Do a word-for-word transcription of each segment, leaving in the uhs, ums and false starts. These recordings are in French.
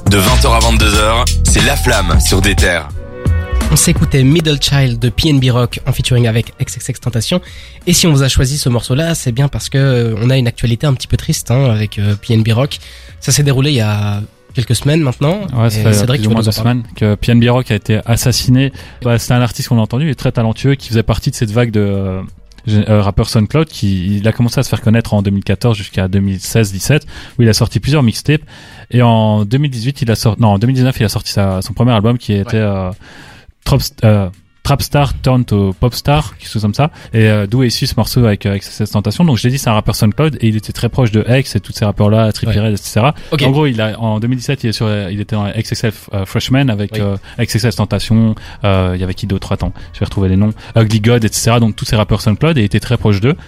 De vingt heures à vingt-deux heures, c'est La Flamme sur des terres. On s'écoutait Middle Child de P N B Rock en featuring avec XXXTentacion. Et si on vous a choisi ce morceau-là, c'est bien parce que on a une actualité un petit peu triste hein, avec euh, P N B Rock. Ça s'est déroulé il y a quelques semaines maintenant. Ouais, ça fait plus ou moins deux semaines que P N B Rock a été assassiné. Bah, c'est un artiste qu'on a entendu, il est très talentueux, qui faisait partie de cette vague de euh, euh, rappeur SoundCloud, qui il a commencé à se faire connaître en deux mille quatorze jusqu'à deux mille seize dix-sept, où il a sorti plusieurs mixtapes. Et en deux mille dix-huit, il a sorti, non, en deux mille dix-neuf, il a sorti sa, son premier album qui était ouais. euh, Trop, euh, Trap Star Turn to Pop Star, quelque chose comme ça, et euh, d'où est issu ce morceau avec euh, XXXTentacion. Donc je l'ai dit, c'est un rappeur SoundCloud et il était très proche de X et tous ces rappeurs là, Trippie Redd, ouais. et cetera. Okay. En gros, il a en deux mille dix-sept, il est sur, il était dans X X L euh, Freshman avec oui. euh, XXXTentacion. Euh, il y avait qui d'autre? Attends, je vais retrouver les noms. Ugly God, et cetera. Donc tous ces rappeurs SoundCloud et il était très proche d'eux.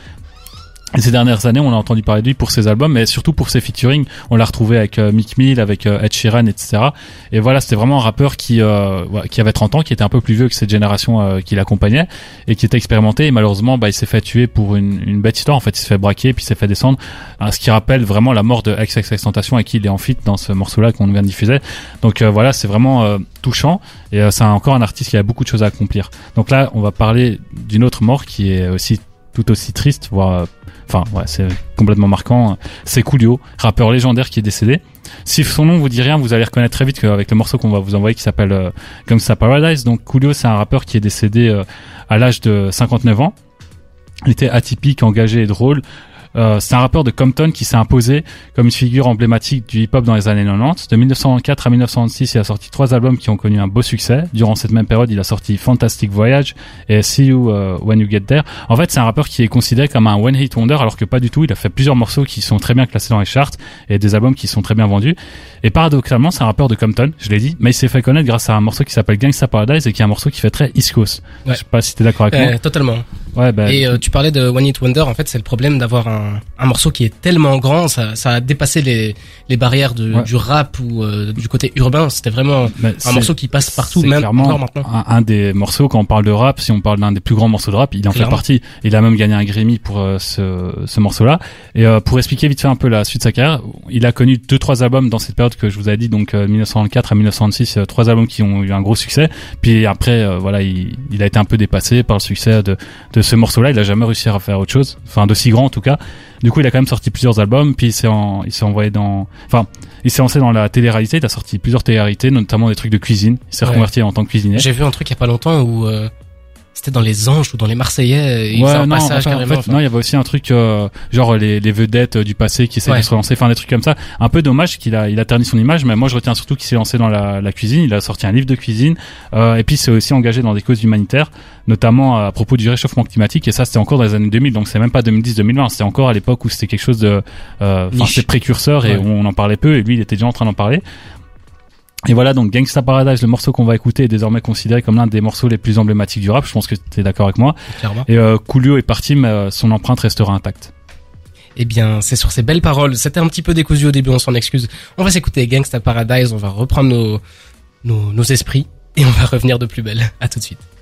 Et ces dernières années, on a entendu parler de lui pour ses albums, mais surtout pour ses featuring. On l'a retrouvé avec euh, Meek Mill, avec euh, Ed Sheeran, et cetera. Et voilà, c'était vraiment un rappeur qui euh, qui avait trente ans, qui était un peu plus vieux que cette génération euh, qui l'accompagnait et qui était expérimenté. Et malheureusement, bah, il s'est fait tuer pour une, une bête histoire. En fait, il s'est fait braquer puis il s'est fait descendre. Alors, ce qui rappelle vraiment la mort de XXXTentacion avec qui il est en feat dans ce morceau-là qu'on vient de diffuser. Donc euh, voilà, c'est vraiment euh, touchant et euh, c'est encore un artiste qui a beaucoup de choses à accomplir. Donc là, on va parler d'une autre mort qui est aussi tout aussi triste, voire enfin ouais, c'est complètement marquant. C'est Coolio, rappeur légendaire qui est décédé. Si son nom vous dit rien, vous allez reconnaître très vite qu'avec le morceau qu'on va vous envoyer qui s'appelle euh, Gangsta Paradise. Donc Coolio, c'est un rappeur qui est décédé euh, à l'âge de cinquante-neuf ans. Il était atypique, engagé et drôle. Euh, c'est un rappeur de Compton qui s'est imposé comme une figure emblématique du hip-hop dans les années quatre-vingt-dix. De mille neuf cent quatre à mille neuf cent six, il a sorti trois albums qui ont connu un beau succès. Durant cette même période, il a sorti Fantastic Voyage et See You uh, When You Get There. En fait, c'est un rappeur qui est considéré comme un one-hit wonder, alors que pas du tout. Il a fait plusieurs morceaux qui sont très bien classés dans les charts et des albums qui sont très bien vendus. Et paradoxalement, c'est un rappeur de Compton, je l'ai dit, mais il s'est fait connaître grâce à un morceau qui s'appelle Gangsta Paradise et qui est un morceau qui fait très East Coast. Ouais. Je sais pas si t'es d'accord avec euh, moi. Totalement. Ouais, bah, et euh, tu parlais de One Hit Wonder, en fait c'est le problème d'avoir un, un morceau qui est tellement grand, ça, ça a dépassé les, les barrières de, ouais. du rap ou euh, du côté urbain. C'était vraiment bah, un morceau qui passe partout, même encore maintenant. Un, un des morceaux, quand on parle de rap, si on parle d'un des plus grands morceaux de rap, il en clairement. fait partie. Il a même gagné un Grammy pour euh, ce, ce morceau-là. Et euh, pour expliquer vite fait un peu la suite de sa carrière, il a connu deux trois albums dans cette période que je vous ai dit, donc euh, mille neuf cent quatre à mille neuf cent six, euh, trois albums qui ont eu un gros succès. Puis après, euh, voilà, il, il a été un peu dépassé par le succès de, de ce morceau-là. Il a jamais réussi à faire autre chose, enfin d'aussi grand en tout cas. Du coup, il a quand même sorti plusieurs albums, puis il s'est, en, il s'est envoyé dans, enfin, il s'est lancé dans la télé-réalité. Il a sorti plusieurs télé-réalités, notamment des trucs de cuisine. Il s'est ouais. reconverti en tant que cuisinier. J'ai vu un truc il y a pas longtemps où euh, c'était dans les Anges ou dans les Marseillais. Il ouais, un non, passage enfin, carrément. En fait, non, il y avait aussi un truc euh, genre les, les vedettes du passé qui essaient ouais. de se relancer, enfin des trucs comme ça. Un peu dommage qu'il a, il a terni son image, mais moi je retiens surtout qu'il s'est lancé dans la, la cuisine. Il a sorti un livre de cuisine euh, et puis il s'est aussi engagé dans des causes humanitaires, notamment à propos du réchauffement climatique. Et ça, c'était encore dans les années deux mille, donc c'est même pas deux mille dix deux mille vingt. C'était encore à l'époque où c'était quelque chose de, enfin euh, c'était précurseur et ouais. on en parlait peu. Et lui, il était déjà en train d'en parler. Et voilà, donc Gangsta Paradise, le morceau qu'on va écouter, est désormais considéré comme l'un des morceaux les plus emblématiques du rap. Je pense que tu es d'accord avec moi. Clairement. Et euh, Coolio est parti, mais euh, son empreinte restera intacte. Eh bien, c'est sur ces belles paroles. C'était un petit peu décousu au début, on s'en excuse. On va s'écouter Gangsta Paradise, on va reprendre nos, nos, nos esprits et on va revenir de plus belle. À tout de suite.